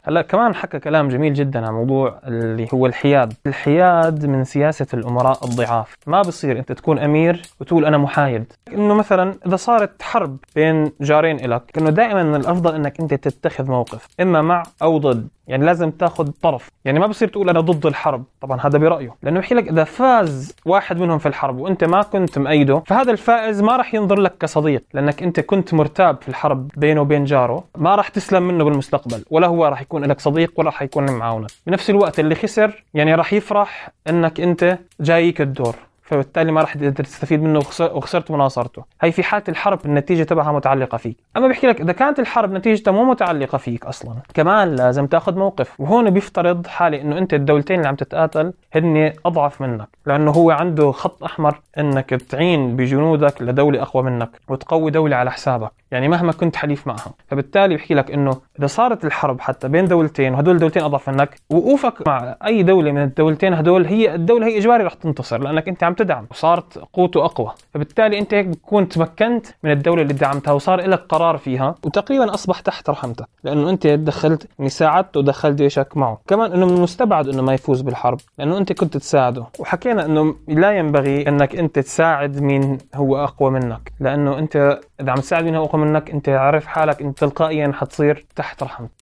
هلا كمان حكى كلام جميل جدا عن موضوع اللي هو الحياد. الحياد من سياسة الأمراء الضعاف. ما بصير أنت تكون أمير وتقول أنا محايد. إنه مثلا إذا صارت حرب بين جارين إلك، إنه دائما من الأفضل إنك أنت تتخذ موقف إما مع أو ضد، يعني لازم تاخذ طرف. يعني ما بصير تقول أنا ضد الحرب، طبعا هذا برأيه، لأنه بحكي لك إذا فاز واحد منهم في الحرب وأنت ما كنت مأيده، فهذا الفائز ما راح ينظر لك كصديق، لأنك أنت كنت مرتاب في الحرب بينه وبين جاره، ما راح تسلم منه بالمستقبل، ولا هو راح يكون لك صديق ولا راح يكون معاونك. بنفس الوقت اللي خسر يعني راح يفرح إنك أنت جايك الدور، فبالتالي ما راح تقدر تستفيد منه وخسرت مناصرته. هي في حالة الحرب النتيجة تبعها متعلقة فيك. أما بحكي لك إذا كانت الحرب نتيجتها مو متعلقة فيك أصلا، كمان لازم تاخذ موقف. وهون بيفترض حالة إنه أنت الدولتين اللي عم تتقاتل هن أضعف منك، لأنه هو عنده خط أحمر إنك تعين بجنودك لدولة أقوى منك وتقوي دولة على حسابك، يعني مهما كنت حليف معها. فبالتالي بحكي لك إنه إذا صارت الحرب حتى بين دولتين وهدول الدولتين أضعف منك، وقوفك مع أي دولة من الدولتين هدول، هي الدولة هي إجباري رح تنتصر، لأنك أنت عم تدعم وصارت قوته أقوى. فبالتالي أنت هيك بتكون تمكنت من الدولة اللي دعمتها وصار لك قرار فيها، وتقريبا أصبح تحت رحمتك، لأنه أنت دخلت يعني ساعدت ودخلت جيشك معه. كمان إنه من المستبعد إنه ما يفوز بالحرب، لأنه أنت كنت تساعده. وحكينا إنه لا ينبغي إنك أنت تساعد مين هو أقوى منك، لأنه أنت إذا عم تساعد مين هو أقوى منك، أنت عارف حالك أنت تلقائيا حتصير تحت رحمته.